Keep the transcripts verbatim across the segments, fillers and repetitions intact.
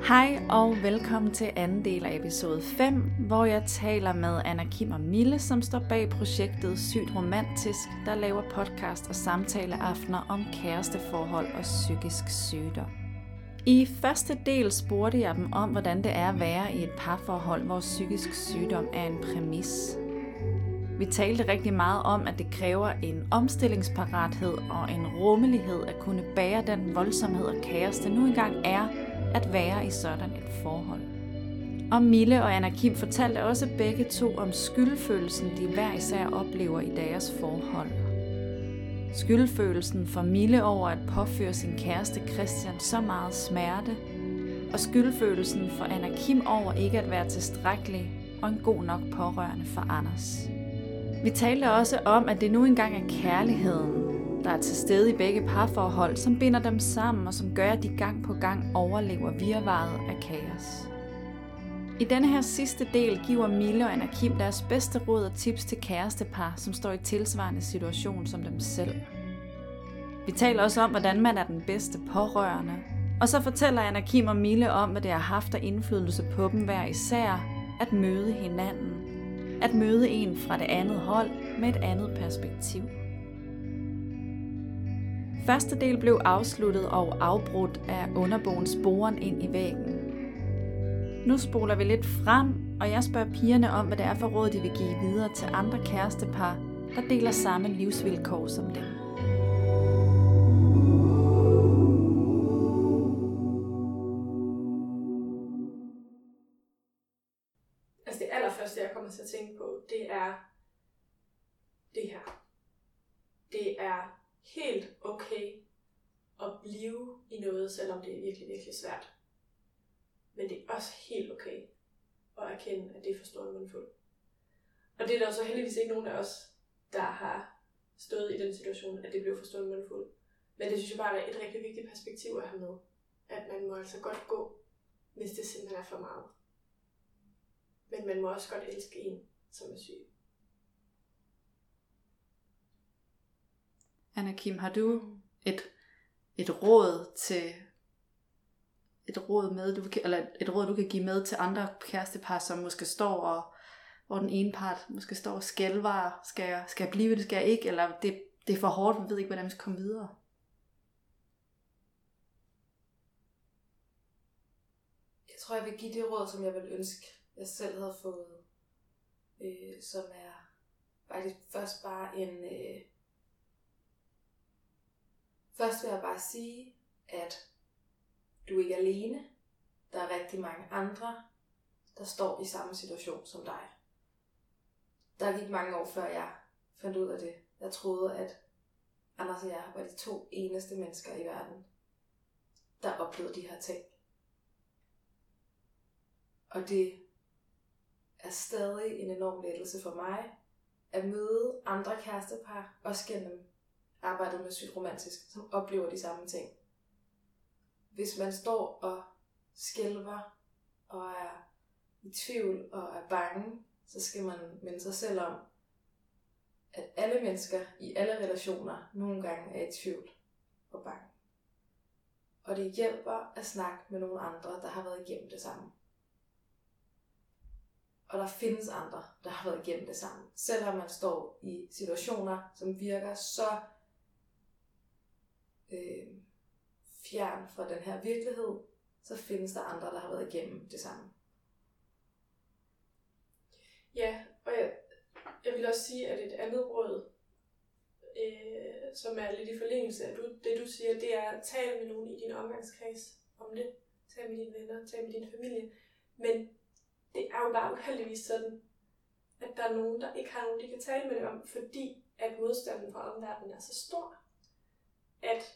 Hej og velkommen til anden del af episode fem, hvor jeg taler med Anna Kim og Mille, som står bag projektet Sygt Romantisk, der laver podcast og samtaleaftener om kæresteforhold og psykisk sygdom. I første del spurgte jeg dem om, hvordan det er at være i et parforhold, hvor psykisk sygdom er en præmis. Vi talte rigtig meget om, at det kræver en omstillingsparathed og en rummelighed at kunne bære den voldsomhed og kaos, det nu engang er at være i sådan et forhold. Og Mille og Anna Kim fortalte også begge to om skyldfølelsen, de hver især oplever i deres forhold. Skyldfølelsen for Mille over at påføre sin kæreste Christian så meget smerte, og skyldfølelsen for Anna Kim over ikke at være tilstrækkelig og en god nok pårørende for Anders. Vi talte også om, at det nu engang er kærligheden, der er til stede i begge parforhold, som binder dem sammen og som gør, at de gang på gang overlever virvaret af kaos. I denne her sidste del giver Mille og Anna Kim deres bedste råd og tips til kærestepar, som står i tilsvarende situation som dem selv. Vi taler også om, hvordan man er den bedste pårørende, og så fortæller Anna Kim og Mille om, hvad det har haft af indflydelse på dem hver især, at møde hinanden, at møde en fra det andet hold med et andet perspektiv. Første del blev afsluttet og afbrudt af underbogens boren ind i væggen. Nu spoler vi lidt frem, og jeg spørger pigerne om, hvad det er for råd, de vil give videre til andre kærestepar, der deler samme livsvilkår som dem. Altså det allerførste, jeg kommer til at tænke på, det er det her. Det er helt okay at blive i noget, selvom det er virkelig, virkelig svært. Men det er også helt okay at erkende, at det er for stor en mundfuld. Og det er der så heldigvis ikke nogen af os, der har stået i den situation, at det blev for stor en mundfuld. Men det synes jeg bare er et rigtig vigtigt perspektiv at have med. At man må altså godt gå, hvis det simpelthen er for meget. Men man må også godt elske en, som er syg. Anna Kim, har du et, et råd til et råd med du kan, eller et råd du kan give med til andre kærestepar, som måske står og hvor den ene part måske står og skælver, skal jeg, skal jeg blive det, skal jeg ikke, eller det, det er for hårdt, vi ved ikke hvordan vi skal komme videre. Jeg tror jeg vil give det råd, som jeg ville ønske jeg selv havde fået, øh, som er faktisk først bare en øh, Først vil jeg bare sige, at du ikke er alene. Der er rigtig mange andre, der står i samme situation som dig. Der gik mange år før jeg fandt ud af det. Jeg troede, at Anders og jeg var de to eneste mennesker i verden, der oplevede de her ting. Og det er stadig en enorm lettelse for mig at møde andre kærestepar, også gennem arbejdet med Sygt Romantisk, som oplever de samme ting. Hvis man står og skælver og er i tvivl og er bange, så skal man minde sig selv om, at alle mennesker i alle relationer nogle gange er i tvivl og bange. Og det hjælper at snakke med nogle andre, der har været igennem det samme. Og der findes andre, der har været igennem det samme. Selvom man står i situationer, som virker så øh, fjern fra den her virkelighed, så findes der andre, der har været igennem det samme. Ja, og jeg, jeg vil også sige, at et andet råd, øh, som er lidt i forlængelse af det, du siger, det er at tale med nogen i din omgangskreds om det. Tal med dine venner, tal med din familie. Men det er jo bare uheldigvis sådan, at der er nogen, der ikke har nogen, de kan tale med det om, fordi at modstanden fra omverdenen er så stor, at,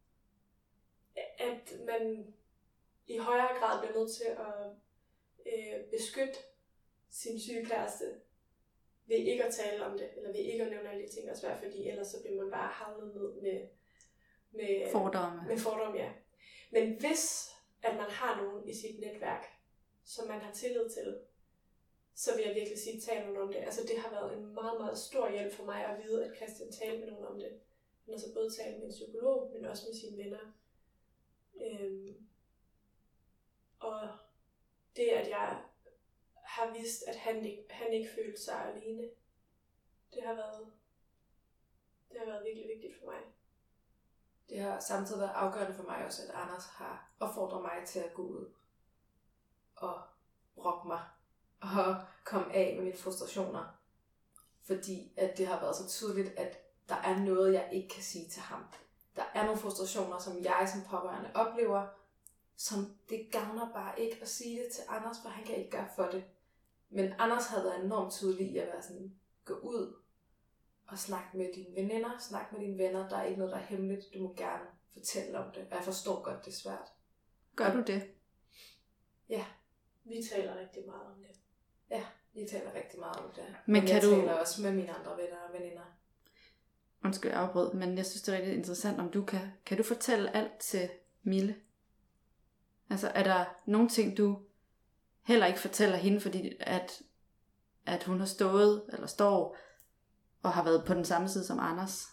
at man i højere grad bliver nødt til at øh, beskytte sin syge kæreste ved ikke at tale om det, eller ved ikke at nævne alle de ting, også være, fordi ellers så bliver man bare havnet ned med, med fordomme. Med fordomme, ja. Men hvis at man har nogen i sit netværk, som man har tillid til, så vil jeg virkelig sige, tal med nogen om det. Altså det har været en meget, meget stor hjælp for mig at vide, at Christian talte med nogen om det. Han har så både talt med en psykolog, men også med sine venner. Øhm, Og det, at jeg har vidst, at han ikke, han ikke følte sig alene, det har været, det har været virkelig vigtigt for mig. Det har samtidig været afgørende for mig også, at Anders har opfordret mig til at gå ud og brokke mig og komme af med mine frustrationer. Fordi at det har været så tydeligt, at der er noget, jeg ikke kan sige til ham. Der er nogle frustrationer, som jeg som pårørende oplever, som det gavner bare ikke at sige det til Anders, for han kan ikke gøre for det. Men Anders havde været enormt tydelig i at være sådan, gå ud og snak med dine veninder, snak med dine venner, der er ikke noget, der er hemmeligt, du må gerne fortælle om det. Og jeg forstår godt, det er svært. Gør du det? Ja. Vi taler rigtig meget om det. Ja, vi taler rigtig meget om det. Men, men kan jeg du... taler også med mine andre venner og veninder. Undskyld, jeg afbrød, men jeg synes, det er rigtig interessant, om du kan... Kan du fortælle alt til Mille? Altså, er der nogle ting, du heller ikke fortæller hende, fordi at, at hun har stået, eller står, og har været på den samme side som Anders?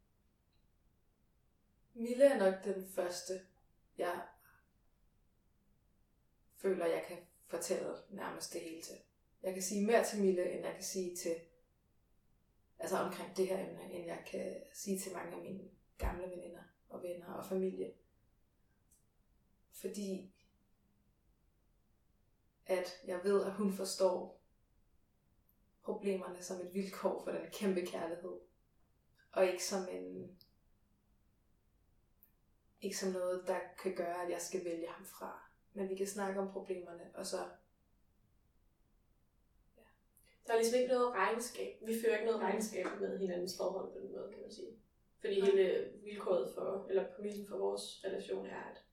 Mille er nok den første, jeg føler, jeg kan fortælle nærmest det hele til. Jeg kan sige mere til Mille, end jeg kan sige til, altså omkring det her emne, end jeg kan sige til mange af mine gamle veninder og venner og familie. Fordi at jeg ved, at hun forstår problemerne som et vilkår for den kæmpe kærlighed. Og ikke som en ikke som noget, der kan gøre, at jeg skal vælge ham fra. Men vi kan snakke om problemerne, og så... Ja. Der er ligesom ikke noget regnskab. Vi fører ikke noget regnskab med hinandens forhold på den måde, kan man sige. Fordi ja. hele vilkåret for, eller præmissen for vores relation er, at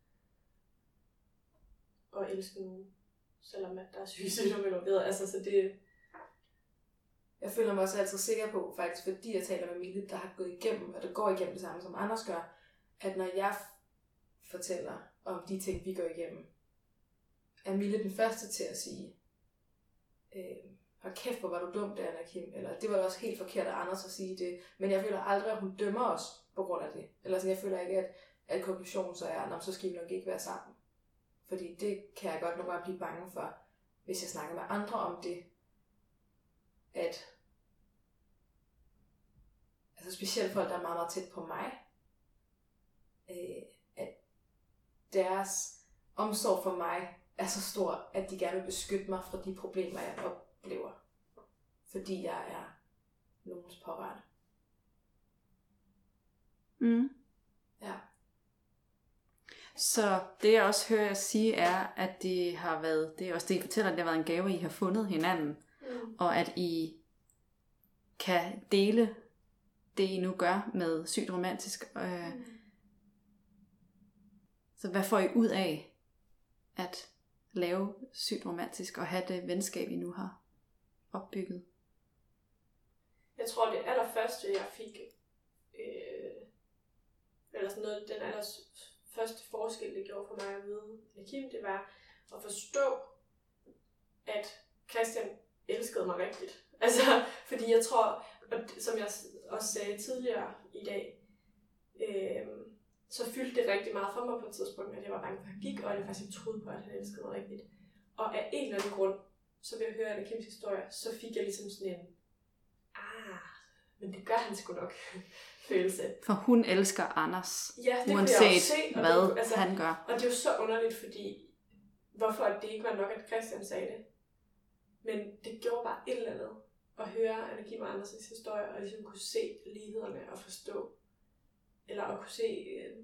at elske nogen, selvom at der er syge sygdomme involveret. Altså, så det... Jeg føler mig også altid sikker på, faktisk fordi jeg taler med Mille, der har gået igennem, og der går igennem det samme som Anders gør, at når jeg fortæller om de ting, vi går igennem, er Mille den første til at sige, øh, hold kæft, hvor var du dum der, Anna Kim, eller det var også helt forkert af Anders at sige det, men jeg føler aldrig, at hun dømmer os på grund af det. Eller sådan, jeg føler ikke, at, at konklusionen så er, at så skal vi nok ikke være sammen. Fordi det kan jeg godt nogle gange blive bange for, hvis jeg snakker med andre om det, at altså specielt folk, der er meget, meget tæt på mig, øh, at deres omsorg for mig er så stor, at de gerne vil beskytte mig fra de problemer, jeg oplever. Fordi jeg er nogens pårørende. Mm. Ja. Så det jeg også hører jer sige er, at det har været, det er også det I fortæller, at det har været en gave, I har fundet hinanden. Mm. Og at I kan dele det I nu gør med Sygt Romantisk. Øh, mm. Så hvad får I ud af at lave Sygt Romantisk og have det venskab I nu har opbygget? Jeg tror det allerførste jeg fik, øh, eller sådan noget, den aller første forskel det gjorde for mig at møde Kim, det var at forstå, at Christian elskede mig rigtigt. Altså, fordi jeg tror, og som jeg også sagde tidligere i dag, øh, så fyldte det rigtig meget for mig på et tidspunkt, at jeg var bange for, at han gik, og jeg faktisk ikke troede på, at han elskede mig rigtigt. Og af en eller anden grund, så ved at høre Anna Kims historie, så fik jeg ligesom sådan en, ah, men det gør han sgu nok, følelse. For hun elsker Anders, ja, det uanset jeg se, hvad det, altså, han gør. Og det er jo så underligt, fordi hvorfor at det ikke var nok, at Christian sagde det. Men det gjorde bare et eller andet at høre Anna Kim og Anders' historie, og ligesom kunne se lighederne og forstå, eller at kunne se, øh,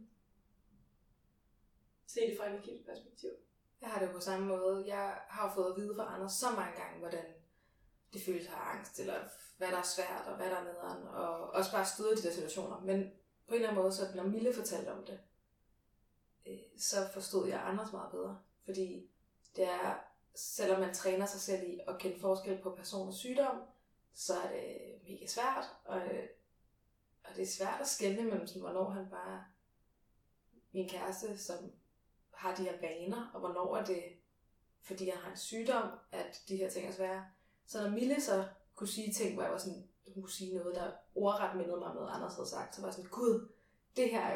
se det fra Anna Kims perspektiv. Jeg har det på samme måde. Jeg har fået at vide fra Anders så mange gange, hvordan det føles at have angst, eller hvad der er svært, og hvad der er nederen, og også bare støde i de der situationer. Men på en eller anden måde, så når Mille fortalte om det, så forstod jeg Anders meget bedre. Fordi det er, selvom man træner sig selv i at kende forskel på person og sygdom, så er det mega svært, og, og det er svært at skelne mellem, sådan, hvornår han bare min kæreste, som har de her vaner, og hvornår er det, fordi han har en sygdom, at de her ting er svære. Så når Mille så kunne sige ting, hvor jeg var sådan, hun kunne sige noget, der ordret mindede mig om noget, Anders havde sagt, så var jeg sådan, gud, det her er jo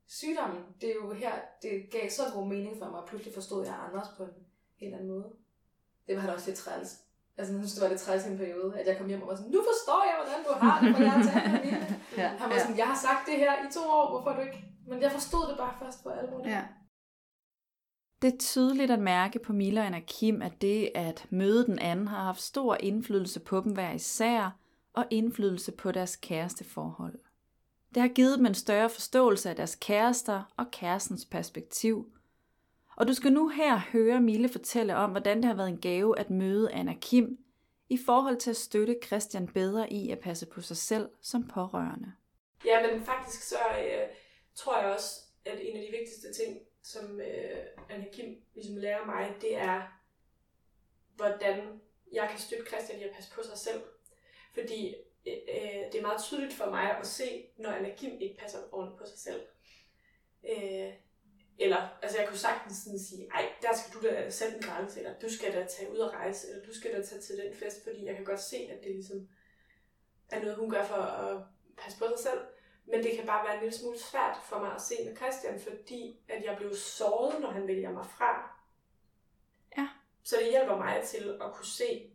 sygdommen, det er jo her, det gav så god mening for mig, og pludselig forstod jeg Anders på en helt anden måde. Det var han også lidt træls. Altså, jeg synes, det var lidt træls i en periode, at jeg kom hjem og var sådan, nu forstår jeg, hvordan du har det, for jeg har talt med Mille. ja, han var ja. sådan, jeg har sagt det her i to år, hvorfor du ikke? Men jeg forstod det bare først for alvor. Ja. Det er tydeligt at mærke på Mille og Anakim, at det at møde den anden har haft stor indflydelse på dem hver især, og indflydelse på deres kæresteforhold. Det har givet dem en større forståelse af deres kærester og kærestens perspektiv. Og du skal nu her høre Mille fortælle om, hvordan det har været en gave at møde Anakim i forhold til at støtte Christian bedre i at passe på sig selv som pårørende. Ja, men faktisk så øh, tror jeg også, at en af de vigtigste ting, som øh, Anakim ligesom lærer mig, det er, hvordan jeg kan støtte Christian i at passe på sig selv. Fordi øh, det er meget tydeligt for mig at se, når Anakim ikke passer ordentligt på sig selv. Øh, eller, altså jeg kunne sagtens sådan sige, ej, der skal du da sætte en grænse, eller du skal da tage ud og rejse, eller du skal da tage til den fest, fordi jeg kan godt se, at det ligesom er noget, hun gør for at passe på sig selv. Men det kan bare være en lille smule svært for mig at se med Christian, fordi at jeg blev såret, når han vælger mig fra. Ja. Så det hjælper mig til at kunne se,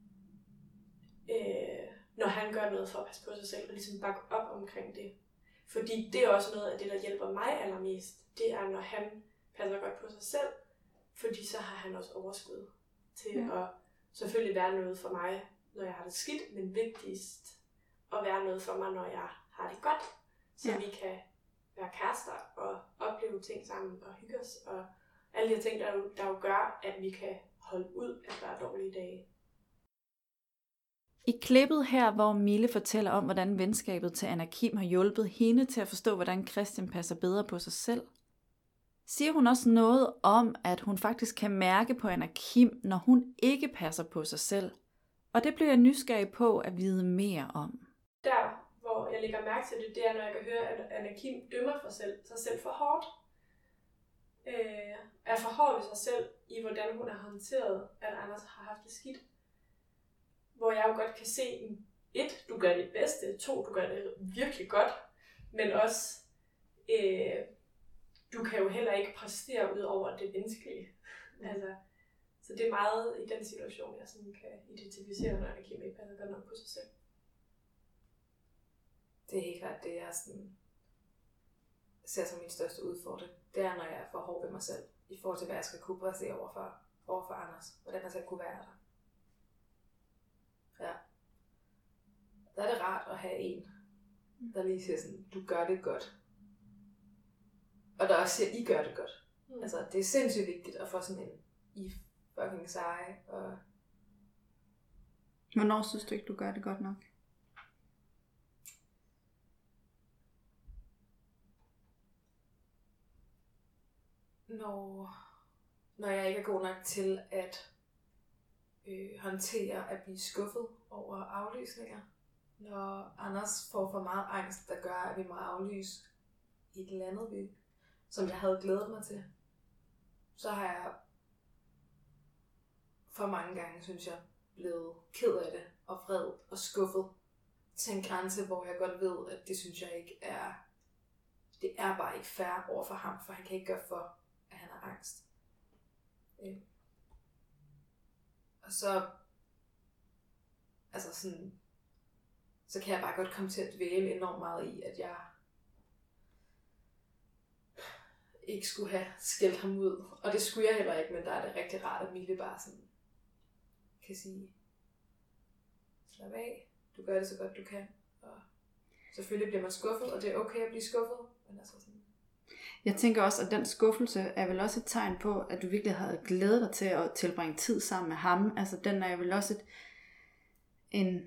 øh, når han gør noget for at passe på sig selv, og ligesom bakke op omkring det. Fordi det er også noget af det, der hjælper mig allermest. Det er, når han passer godt på sig selv, fordi så har han også overskud til ja. At selvfølgelig være noget for mig, når jeg har det skidt, men vigtigst at være noget for mig, når jeg har det godt, så ja. Vi kan være kærester og opleve ting sammen og hygge os, og alle de ting, der jo, der jo gør, at vi kan holde ud, at der er dårlige dage. I klippet her, hvor Mille fortæller om, hvordan venskabet til Anakim har hjulpet hende til at forstå, hvordan Christian passer bedre på sig selv, siger hun også noget om, at hun faktisk kan mærke på Anakim, når hun ikke passer på sig selv. Og det bliver jeg nysgerrig på at vide mere om. Der, hvor jeg lægger mærke til det, det er, når jeg kan høre, at Anakim dømmer for selv, sig selv for hårdt. Øh, er for hård ved sig selv, i hvordan hun har håndteret, at Anders har haft det skidt. Hvor jeg jo godt kan se, et, du gør det bedste, to, du gør det virkelig godt, men også, øh, du kan jo heller ikke præstere ud over det menneskelige. Mm. Altså, så det er meget i den situation, jeg sådan kan identificere, når Anakim ikke passer godt nok på sig selv. Det er helt klart det, jeg sådan ser som min største udfordring. Det er, når jeg er for hård ved mig selv, i forhold til, hvad jeg skal kunne præstere overfor, overfor Anders. Hvordan jeg skal kunne være der. Ja. Der er det rart at have en, der lige siger sådan, du gør det godt. Og der også siger, I gør det godt. Mm. Altså, det er sindssygt vigtigt at få sådan en, I fucking seje. Og... Hvornår synes du ikke, du gør det godt nok? Når, når jeg ikke er god nok til at øh, håndtere at blive skuffet over aflysninger. Når Anders får for meget angst, der gør, at vi må aflyse et eller andet, vi, som jeg havde glædet mig til. Så har jeg for mange gange, synes jeg, blevet ked af det og vred og skuffet til en grænse, hvor jeg godt ved, at det synes jeg ikke er, det er bare ikke fair over for ham, for han kan ikke gøre for, at han har angst. Øh. Og så, altså sådan, så kan jeg bare godt komme til at dvæle enormt meget i, at jeg ikke skulle have skældt ham ud. Og det skulle jeg heller ikke, men der er det rigtig rart, at Mille bare sådan kan sige, slap af, du gør det så godt du kan. Og selvfølgelig bliver man skuffet, og det er okay at blive skuffet, men altså sådan. Jeg tænker også, at den skuffelse er vel også et tegn på, at du virkelig havde glædet dig til at tilbringe tid sammen med ham. Altså den er vel også et, en...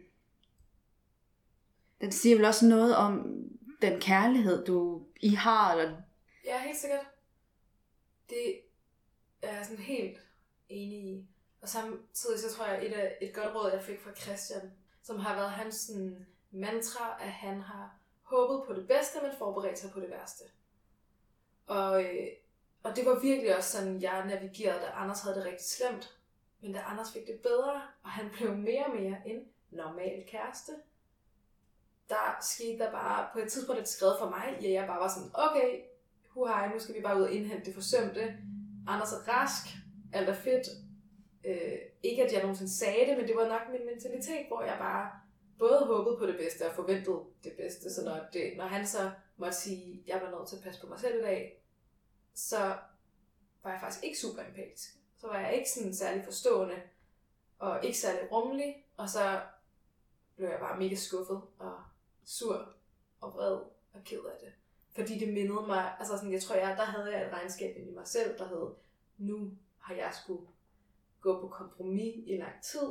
Den siger vel også noget om den kærlighed, du I har, eller... Ja, helt sikkert. Det er jeg sådan helt enig i. Og samtidig så tror jeg, et, af, et godt råd, jeg fik fra Christian, som har været hans sådan, mantra, at han har håbet på det bedste, men forberedt sig på det værste. Og, øh, og det var virkelig også sådan, jeg navigerede, da Anders havde det rigtig slemt. Men da Anders fik det bedre, og han blev mere og mere en normal kæreste, der skete der bare på et tidspunkt et skred for mig, at jeg bare var sådan, okay, huhej, nu skal vi bare ud og indhente det forsømte. Anders er rask, alt er fedt. Øh, ikke at jeg nogensinde sagde det, men det var nok min mentalitet, hvor jeg bare både håbede på det bedste og forventede det bedste. Så når, det, når han så måtte sige, at jeg var nødt til at passe på mig selv i dag, så var jeg faktisk ikke super empatisk. Så var jeg ikke sådan særlig forstående og ikke særlig rummelig, og så blev jeg bare mega skuffet og sur og vred og ked af det. Fordi det mindede mig, altså sådan, jeg tror, jeg, der havde jeg et regnskab i mig selv, der hed, nu har jeg skulle gå på kompromis i lang tid.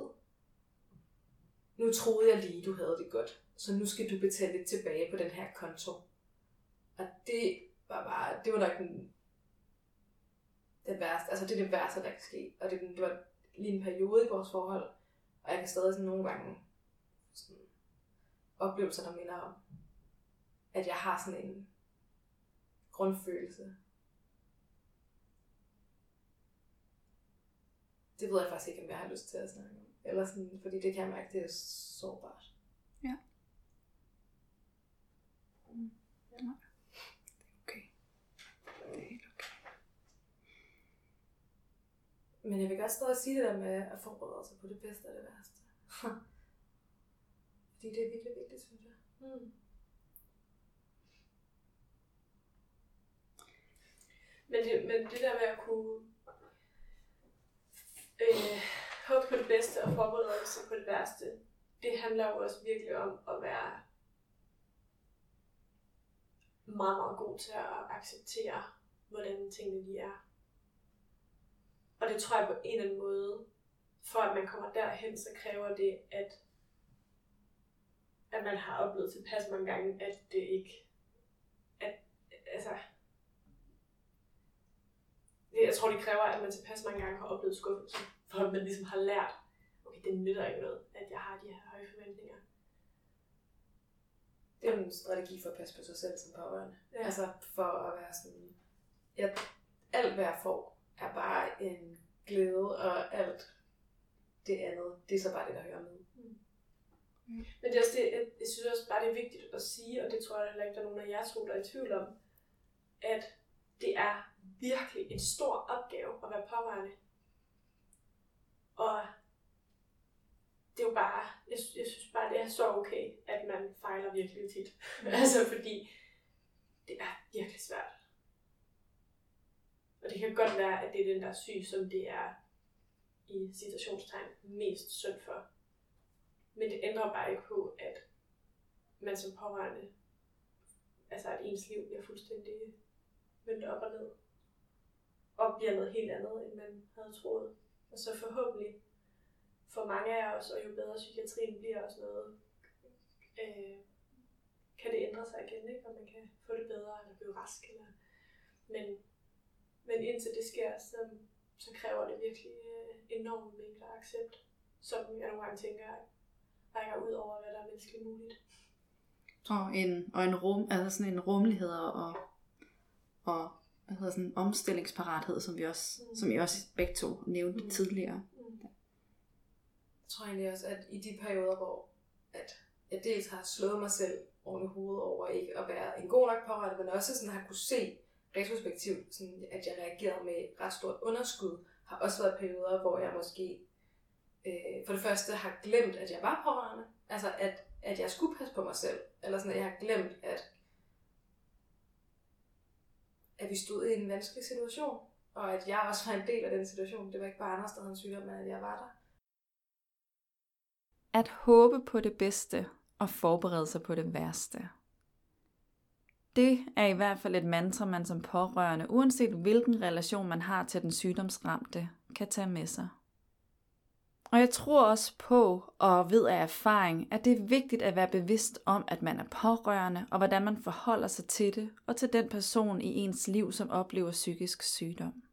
Nu troede jeg lige, du havde det godt, så nu skal du betale lidt tilbage på den her konto. Og det var bare, det var nok den, den værste, altså det er det værste, der kan ske. Og det, det var lige en periode i vores forhold, og jeg kan stadig sådan nogle gange sådan, oplevelser, der minder om, at jeg har sådan en grundfølelse. Det ved jeg faktisk ikke, om jeg har lyst til at snakke om. Eller sådan, fordi det kan jeg mærke, det er sårbart. Ja. Mm. Ja. Det er okay. Det er helt okay. Men jeg vil godt stadig sige det der med at forberede sig på det bedste og det værste. Fordi det er virkelig vigtigt, synes jeg. Mm. Men det, men det der med at kunne øh, håbe på det bedste og forberede sig på det værste, det handler jo også virkelig om at være meget, meget god til at acceptere, hvordan tingene lige er. Og det tror jeg på en eller anden måde, for at man kommer derhen, så kræver det, at, at man har oplevet tilpas mange gange, at det ikke, at, altså, jeg tror, det kræver, at man tilpas mange gange har oplevet skuffelse, for at man ligesom har lært, okay, det nytter ikke noget, at jeg har de her høje forventninger. Det er en strategi for at passe på sig selv som pårørende. Ja. Altså for at være sådan, ja, alt hvad jeg får er bare en glæde, og alt det andet, det er så bare det, der hører med. Mm. Mm. Men det er også det, jeg, jeg synes også bare, det er vigtigt at sige, og det tror jeg heller ikke, der er nogen af jer to, der er i tvivl om, at det er virkelig en stor opgave at være pårørende. Og det er jo bare, jeg, jeg synes bare, det er så okay, at man fejler virkelig tit. Mm. Altså fordi det er virkelig svært. Og det kan godt være, at det er den der syg, som det er i citationstegn mest synd for. Men det ændrer bare ikke på, at man som pårørende, altså at ens liv bliver fuldstændig vendt op og ned. Og bliver noget helt andet, end man havde troet. Og så forhåbentlig for mange af os, og jo bedre psykiatrien bliver og sådan noget, øh, kan det ændre sig igen, ikke? Og man kan få det bedre, eller blive rask. Eller... Men, men indtil det sker, så, så kræver det virkelig øh, enorme mængder af accept, som jeg nogle gange tænker, rækker ud over, hvad der er menneskeligt muligt. Og en, og en, rum, altså sådan en rummelighed og, og hvad hedder sådan en omstillingsparathed, som vi også, mm. som I også begge to nævnte mm. tidligere. Mm. Jeg tror egentlig også, at i de perioder, hvor at jeg dels har slået mig selv oven i hovedet over ikke at være en god nok pårørende, men også sådan har kunne se retrospektivt, sådan at jeg reagerede med ret stort underskud, har også været perioder, hvor jeg måske øh, for det første har glemt, at jeg var pårørende. Altså at, at jeg skulle passe på mig selv. Eller sådan, at jeg har glemt, at at vi stod i en vanskelig situation, og at jeg også var en del af den situation. Det var ikke bare Anders, der havde en sygdom, men at jeg var der. At håbe på det bedste og forberede sig på det værste. Det er i hvert fald et mantra, man som pårørende, uanset hvilken relation man har til den sygdomsramte, kan tage med sig. Og jeg tror også på og ved af erfaring, at det er vigtigt at være bevidst om, at man er pårørende, og hvordan man forholder sig til det, og til den person i ens liv, som oplever psykisk sygdom.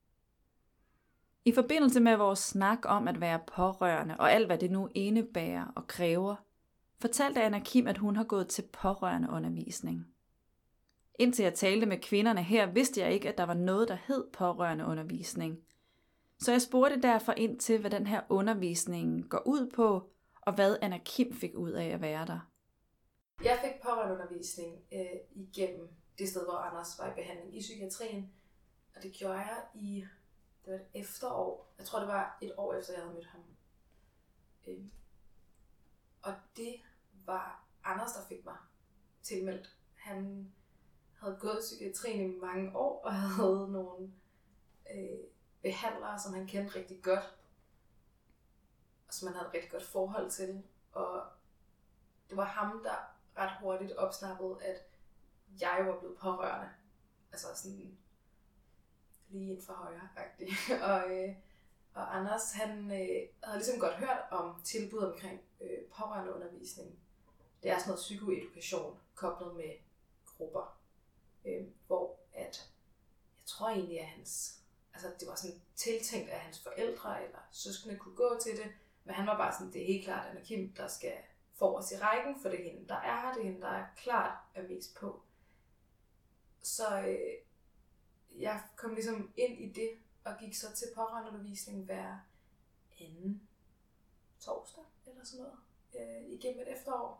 I forbindelse med vores snak om at være pårørende, og alt hvad det nu indebærer og kræver, fortalte Anna Kim, at hun har gået til pårørendeundervisning. Indtil jeg talte med kvinderne her, vidste jeg ikke, at der var noget, der hed pårørendeundervisning. Så jeg spurgte derfor ind til, hvad den her undervisning går ud på, og hvad Anna Kim fik ud af at være der. Jeg fik pårørendeundervisning øh, igennem det sted, hvor Anders var i behandling i psykiatrien. Og det gjorde jeg i, det var et efterår. Jeg tror, det var et år efter, jeg havde mødt ham. Øhm. Og det var Anders, der fik mig tilmeldt. Han havde gået i psykiatrien i mange år, og havde nogle øh, behandlere, som han kendte rigtig godt. Og som han havde et rigtig godt forhold til. Og det var ham, der ret hurtigt opsnappede, at jeg var blevet pårørende. Altså sådan lige ind for højre-agtigt. og, øh, og Anders, han øh, havde ligesom godt hørt om tilbud omkring øh, pårørendeundervisning. Det er sådan noget psykoedukation koblet med grupper. Øh, hvor at, jeg tror egentlig, at hans, altså det var sådan tiltænkt, at hans forældre eller søskende kunne gå til det. Men han var bare sådan, det er helt klart Anna Kim, der skal forrest i rækken, for det er hende, der er her, det er hende, der er klart er mest på. Så øh, jeg kom ligesom ind i det, og gik så til pårørendeundervisning hver anden torsdag, eller sådan noget, øh, igennem et efterår.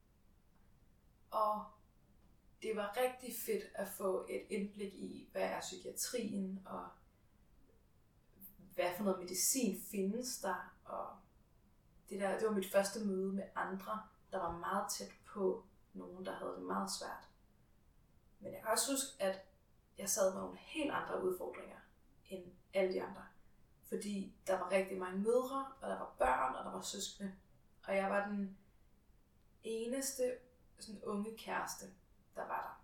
Og det var rigtig fedt at få et indblik i, hvad er psykiatrien, og hvad for noget medicin findes der, og det, der, det var mit første møde med andre, der var meget tæt på nogen, der havde det meget svært. Men jeg kan også huske, at jeg sad med nogle helt andre udfordringer end alle de andre. Fordi der var rigtig mange mødre, og der var børn, og der var søskende. Og jeg var den eneste sådan unge kæreste, der var der.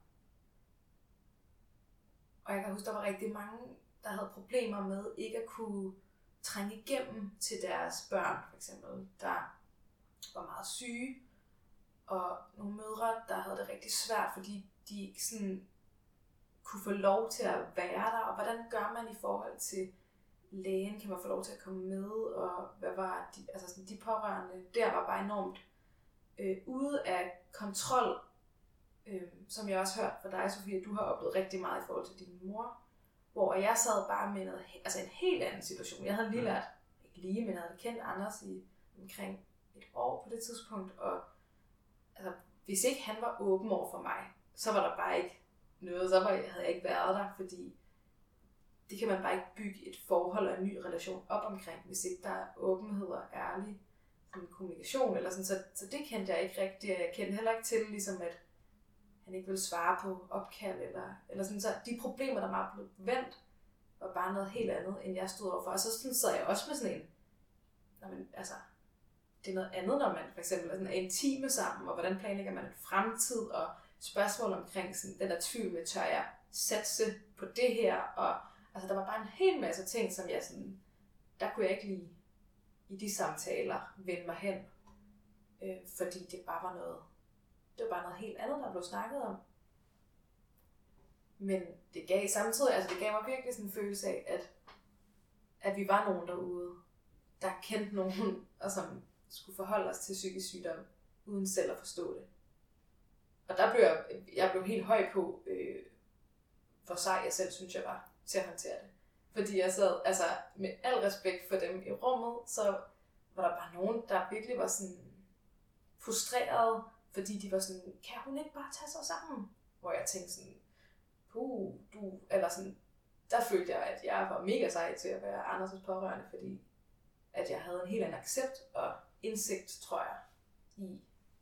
Og jeg kan huske, der var rigtig mange, der havde problemer med ikke at kunne trænge igennem til deres børn, for eksempel, der var meget syge. Og nogle mødre, der havde det rigtig svært, fordi de ikke sådan kunne få lov til at være der. Og hvordan gør man i forhold til lægen? Kan man få lov til at komme med? Og hvad var de, altså sådan, de pårørende der var bare enormt øh, ude af kontrol. Øh, som jeg også hørte fra dig, Sofie, du har oplevet rigtig meget i forhold til din mor. Hvor jeg sad bare med noget, altså en helt anden situation. Jeg havde lige lært, ikke lige, men jeg havde kendt Anders i omkring et år på det tidspunkt. Og altså, hvis ikke han var åben over for mig, så var der bare ikke noget, så var jeg, havde jeg ikke været der, fordi det kan man bare ikke bygge et forhold og en ny relation op omkring, hvis ikke der er åbenhed og ærlig sådan, kommunikation eller sådan. Så, så det kendte jeg ikke rigtigt, og jeg kendte heller ikke til, ligesom at han ikke ville svare på opkald eller, eller sådan. Så de problemer, der var blevet vendt, var bare noget helt andet, end jeg stod overfor. Og så sådan, sad jeg også med sådan en, når man, altså, det er noget andet, når man for eksempel er, sådan, er intime sammen, og hvordan planlægger man en fremtid, og spørgsmål omkring sådan, den der tvivl med, tør jeg satse på det her, og altså, der var bare en hel masse ting, som jeg sådan, der kunne jeg ikke lige i de samtaler vende mig hen, øh, fordi det bare var noget, det var bare noget helt andet, der blev snakket om. Men det gav samtidig, altså det gav mig virkelig sådan en følelse af, at, at vi var nogen derude, der kendte nogen, og som skulle forholde os til psykisk sygdom, uden selv at forstå det. Og der blev jeg, jeg blev helt høj på, øh, hvor sej jeg selv synes, jeg var til at håndtere det. Fordi jeg sad, altså med al respekt for dem i rummet, så var der bare nogen, der virkelig var sådan frustreret, fordi de var sådan, kan hun ikke bare tage sig sammen? Hvor jeg tænkte sådan, puh, du, eller sådan, der følte jeg, at jeg var mega sej til at være Anders' pårørende, fordi at jeg havde en helt anden accept og indsigt, tror jeg, i,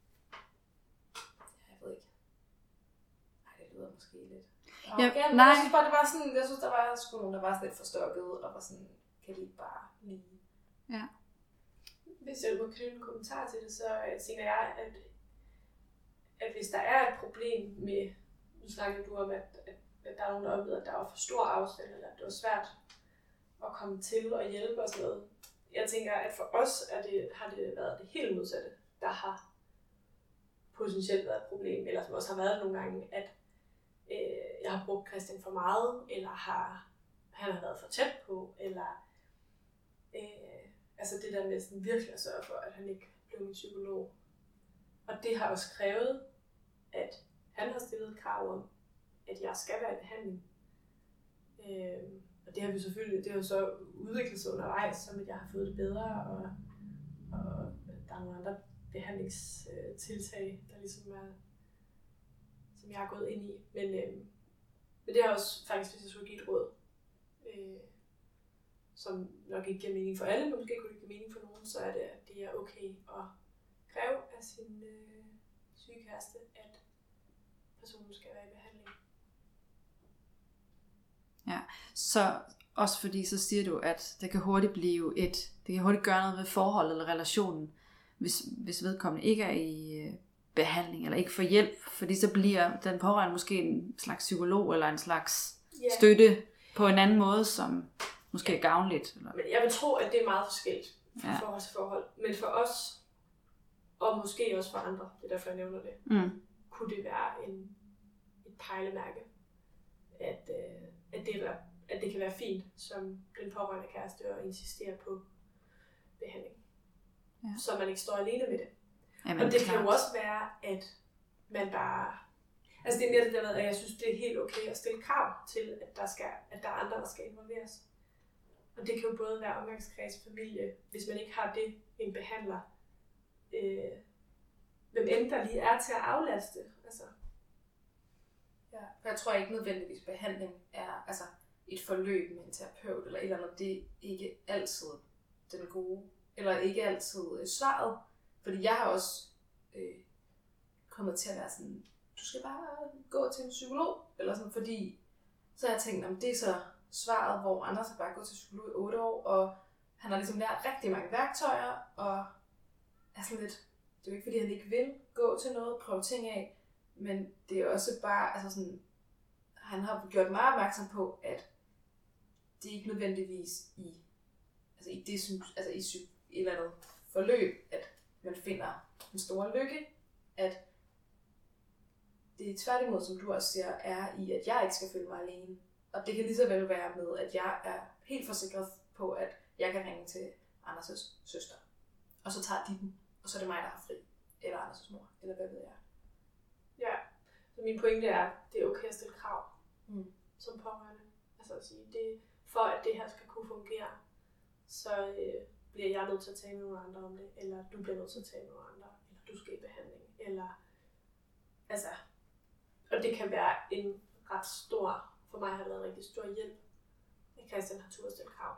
jeg ved ikke, nej, det lyder måske lidt, og ja, igen, nej. Jeg synes bare, det var sådan, jeg synes, der var sgu nogen, der var sådan lidt forstokket, og var sådan, kan de ikke bare lige. Ja. Hvis jeg må knytte en kommentar til det, så tænker jeg, at, at hvis der er et problem med, nu snakker du om, at, at, at der er nogen, der oplevede, at der var for stor afstand, eller at det var svært at komme til og hjælpe og sådan noget. Jeg tænker, at for os er det, har det været det helt modsatte, der har potentielt været et problem, eller som også har været nogle gange, at øh, jeg har brugt Christian for meget, eller har, han har været for tæt på, eller øh, altså det der med sådan virkelig at sørge for, at han ikke blev min psykolog. Og det har også krævet, at han har stillet et krav om, at jeg skal være i behandling. Øh, og det har vi selvfølgelig, det har jo så udviklet sig undervejs, som at jeg har fået det bedre, og, og der er nogle andre behandlingstiltag, der ligesom er, som jeg har gået ind i. Men, øh, men det er også faktisk, hvis jeg skulle give et råd, øh, som nok ikke giver mening for alle, men måske kunne det give mening for nogen, så er det, at det er okay at kræve af sin øh, sygekæreste, at personen skal være i behandling. Ja, så også fordi så siger du, at det kan hurtigt blive et, det kan hurtigt gøre noget ved forholdet eller relationen, hvis, hvis vedkommende ikke er i øh, behandling eller ikke får hjælp, fordi så bliver den pårørende måske en slags psykolog eller en slags yeah. støtte på en anden måde, som måske er gavnligt. Eller? Men jeg vil tro, at det er meget forskelligt fra ja. forhold til forhold. Men for os, og måske også for andre, det er derfor jeg nævner det, mm. kunne det være en, et pejlemærke, at, øh, at, det er, at det kan være fint som den pårørende kæreste at insistere på behandling. Ja. Så man ikke står alene med det. Jamen, og det klart. Kan jo også være, at man bare... Altså det er mere det der med, at jeg synes, det er helt okay at stille krav til, at der, skal, at der er andre, der skal involveres. Og det kan jo både være omgangskreds, familie, hvis man ikke har det, en behandler. Øh, hvem end der lige er til at aflaste. Altså. Ja, for jeg tror ikke nødvendigvis behandling er altså et forløb med en terapeut eller et eller andet. Det er ikke altid den gode, eller ikke altid svaret. Fordi jeg har også øh, kommet til at være sådan, du skal bare gå til en psykolog, eller sådan, fordi så har jeg tænkt, om det er så svaret, hvor Anders har bare gået til psykolog i otte år, og han har ligesom lært rigtig mange værktøjer, og er sådan lidt, det er jo ikke fordi han ikke vil gå til noget, prøve ting af, men det er også bare, altså sådan, han har gjort meget opmærksom på, at det er ikke nødvendigvis i, altså i det, altså i et eller andet forløb, at man finder en stor lykke, at det er tværtimod, som du også siger, er i, at jeg ikke skal føle mig alene. Og det kan lige så vel være med, at jeg er helt forsikret på, at jeg kan ringe til Anders' søster. Og så tager de den, og så er det mig, der har fri. Eller Anders' mor, eller hvad ved jeg. Ja, så min pointe er, at det er okay at stille krav mm. som pårørende. Altså at sige, det, for at det her skal kunne fungere, så øh, bliver jeg nødt til at tale med nogle andre om det, eller du bliver nødt til at tale med nogle andre, eller du skal i behandling, eller altså, og det kan være en ret stor, for mig har det været en rigtig stor hjælp, at Christian har turde stille krav.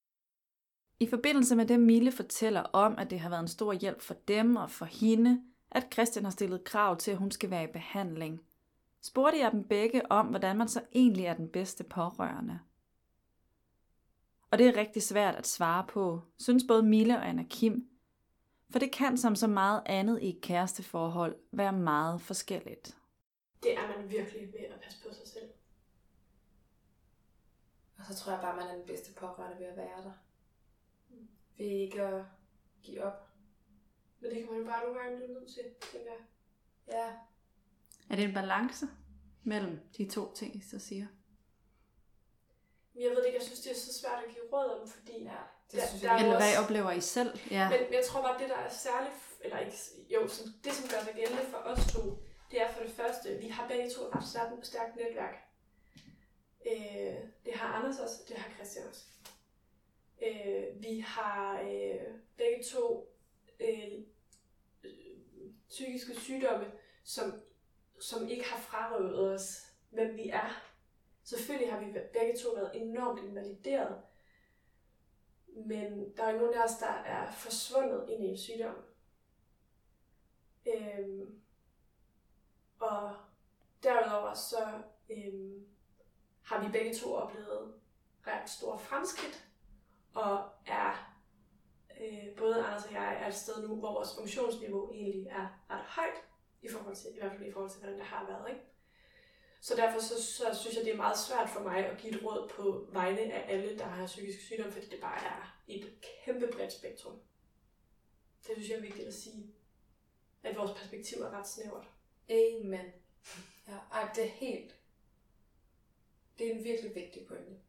I forbindelse med det, Mille fortæller om, at det har været en stor hjælp for dem og for hende, at Christian har stillet krav til, at hun skal være i behandling, spurgte jeg dem begge om, hvordan man så egentlig er den bedste pårørende. Og det er rigtig svært at svare på, synes både Mille og Anna Kim, for det kan som så meget andet i et kæresteforhold være meget forskelligt. Det er man virkelig ved at passe på sig selv. Og så tror jeg bare, man er den bedste pårørende ved at være der. Mm. Ved ikke at give op. Men det kan man jo bare nogle gange blive nødt til, tænker jeg. Ja. Er det en balance mellem de to ting, I så siger? Jeg ved ikke, jeg synes, det er så svært at give råd om, fordi... Ja, det der, synes der jeg. Eller også, hvad oplever I selv? Ja. Men jeg tror bare, det der er særligt... Eller ikke... Jo, så det som gør sig gældende for os to, det er for det første, vi har begge to et ret stærkt netværk. Øh, det har Anders også, det har Christian også. Øh, vi har øh, begge to øh, psykiske sygdomme, som, som ikke har frarøvet os, hvem vi er. Selvfølgelig har vi begge to været enormt invalideret, men der er jo nogen af os, der er forsvundet ind i en sygdom. Øhm, og derudover så øhm, har vi begge to oplevet ret store fremskridt, og er øh, både Anders og jeg er et sted nu, hvor vores funktionsniveau egentlig er ret højt, i forhold til, i hvert fald i forhold til, hvordan det har været, ikke? Så derfor så, så synes jeg, det er meget svært for mig at give et råd på vegne af alle, der har psykisk sygdom, fordi det bare er et kæmpe bredt spektrum. Det synes jeg er vigtigt at sige, at vores perspektiv er ret snævert. Amen. Ja, ej, det er helt... Det er en virkelig vigtig pointe.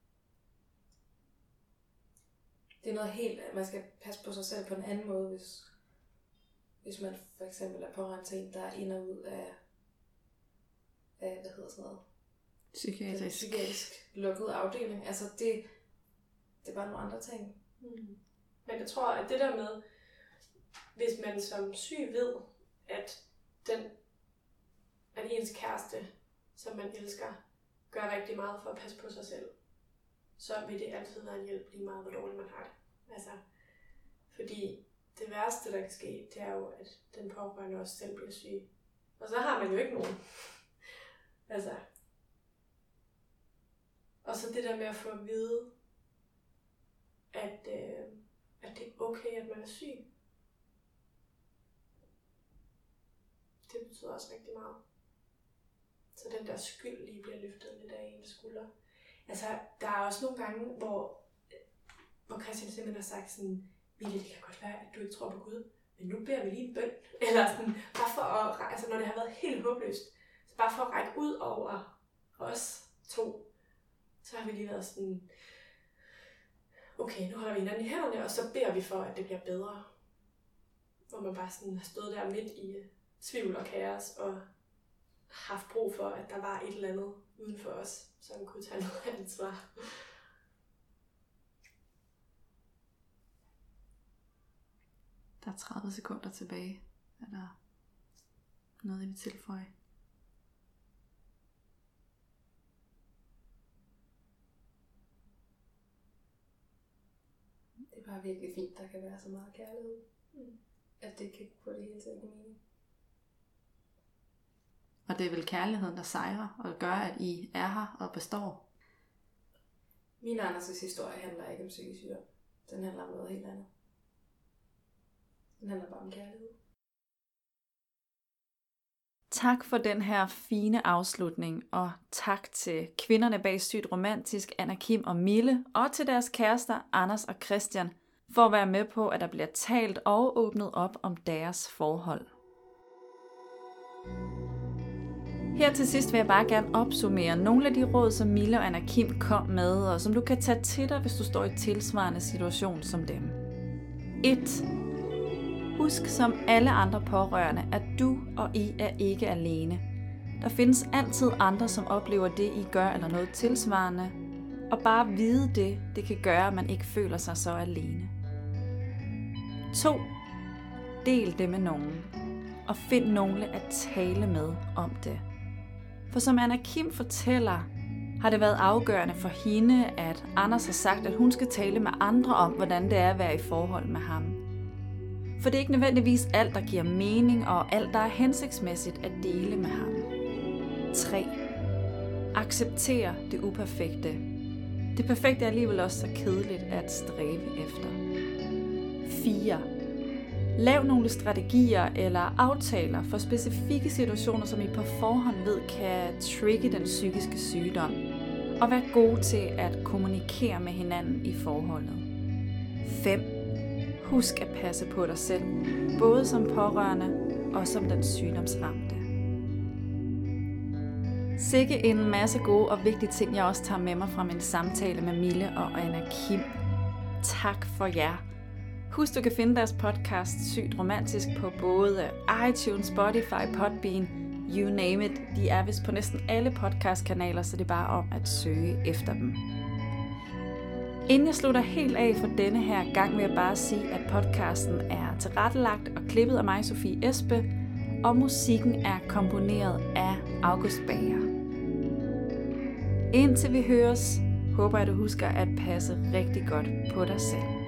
Det er noget helt... Man skal passe på sig selv på en anden måde, hvis, hvis man for eksempel er pårørende til en, der er ind og ud af... af hvad hedder sådan noget? Psykiatrisk. Psykiatrisk lukket afdeling. Altså, det, det er bare nogle andre ting. Mm. Men jeg tror, at det der med, hvis man som syg ved, at den at ens kæreste, som man elsker, gør rigtig meget for at passe på sig selv, så vil det altid være en hjælp, lige meget hvor dårligt man har det. Altså, fordi det værste, der kan ske, det er jo, at den pårørende også selv bliver syg. Og så har man jo ikke nogen. altså. Og så det der med at få at vide, at, øh, at det er okay, at man er syg. Det betyder også rigtig meget. Så den der skyld lige bliver løftet lidt af ens skulder. Altså, der er også nogle gange, hvor, hvor Christian simpelthen har sagt sådan, Mille, det kan godt være, at du ikke tror på Gud, men nu beder vi lige en bøn. Eller sådan, bare for at, altså når det har været helt håbløst, så bare for at række ud over os to, så har vi lige været sådan, okay, nu holder vi hinanden i hænderne, og så beder vi for, at det bliver bedre. Hvor man bare sådan har stået der midt i tvivl og kaos, og haft brug for, at der var et eller andet uden for os, som kunne tage noget ansvar. Der er tredive sekunder tilbage. Er der noget, I vil tilføje? Det er bare virkelig fint, der kan være så meget kærlighed. Mm. At det kan få det hele til at give mening. Og det er vel kærligheden, der sejrer og gør, at I er her og består. Min og Anders' historie handler ikke om psykisk sygdom. Den handler om noget helt andet. Den handler bare om kærlighed. Tak for den her fine afslutning, og tak til kvinderne bag Sygt Romantisk, Anna Kim og Mille, og til deres kærester, Anders og Christian, for at være med på, at der bliver talt og åbnet op om deres forhold. Her til sidst vil jeg bare gerne opsummere nogle af de råd, som Mille og Anna Kim kom med, og som du kan tage til dig, hvis du står i en tilsvarende situation som dem. et. Husk som alle andre pårørende, at du og I er ikke alene. Der findes altid andre, som oplever det, I gør, eller noget tilsvarende. Og bare vide det, det kan gøre, at man ikke føler sig så alene. to. Del det med nogen, og find nogle at tale med om det. For som Anna Kim fortæller, har det været afgørende for hende, at Anders har sagt, at hun skal tale med andre om, hvordan det er at være i forhold med ham. For det er ikke nødvendigvis alt, der giver mening, og alt, der er hensigtsmæssigt at dele med ham. tre. Accepter det uperfekte. Det perfekte er alligevel også så kedeligt at stræbe efter. fire. Lav nogle strategier eller aftaler for specifikke situationer, som I på forhånd ved kan trigge den psykiske sygdom. Og vær gode til at kommunikere med hinanden i forholdet. fem. Husk at passe på dig selv, både som pårørende og som den sygdomsramte. Sikke en masse gode og vigtige ting, jeg også tager med mig fra min samtale med Mille og Anna Kim. Tak for jer. Husk, du kan finde deres podcast Sygt Romantisk på både iTunes, Spotify, Podbean, you name it. De er vist på næsten alle podcastkanaler, så det er bare om at søge efter dem. Inden jeg slutter helt af for denne her gang, vil jeg bare sige, at podcasten er tilrettelagt og klippet af mig, Sofie Espe, og musikken er komponeret af August Bager. Indtil vi høres, håber jeg, du husker at passe rigtig godt på dig selv.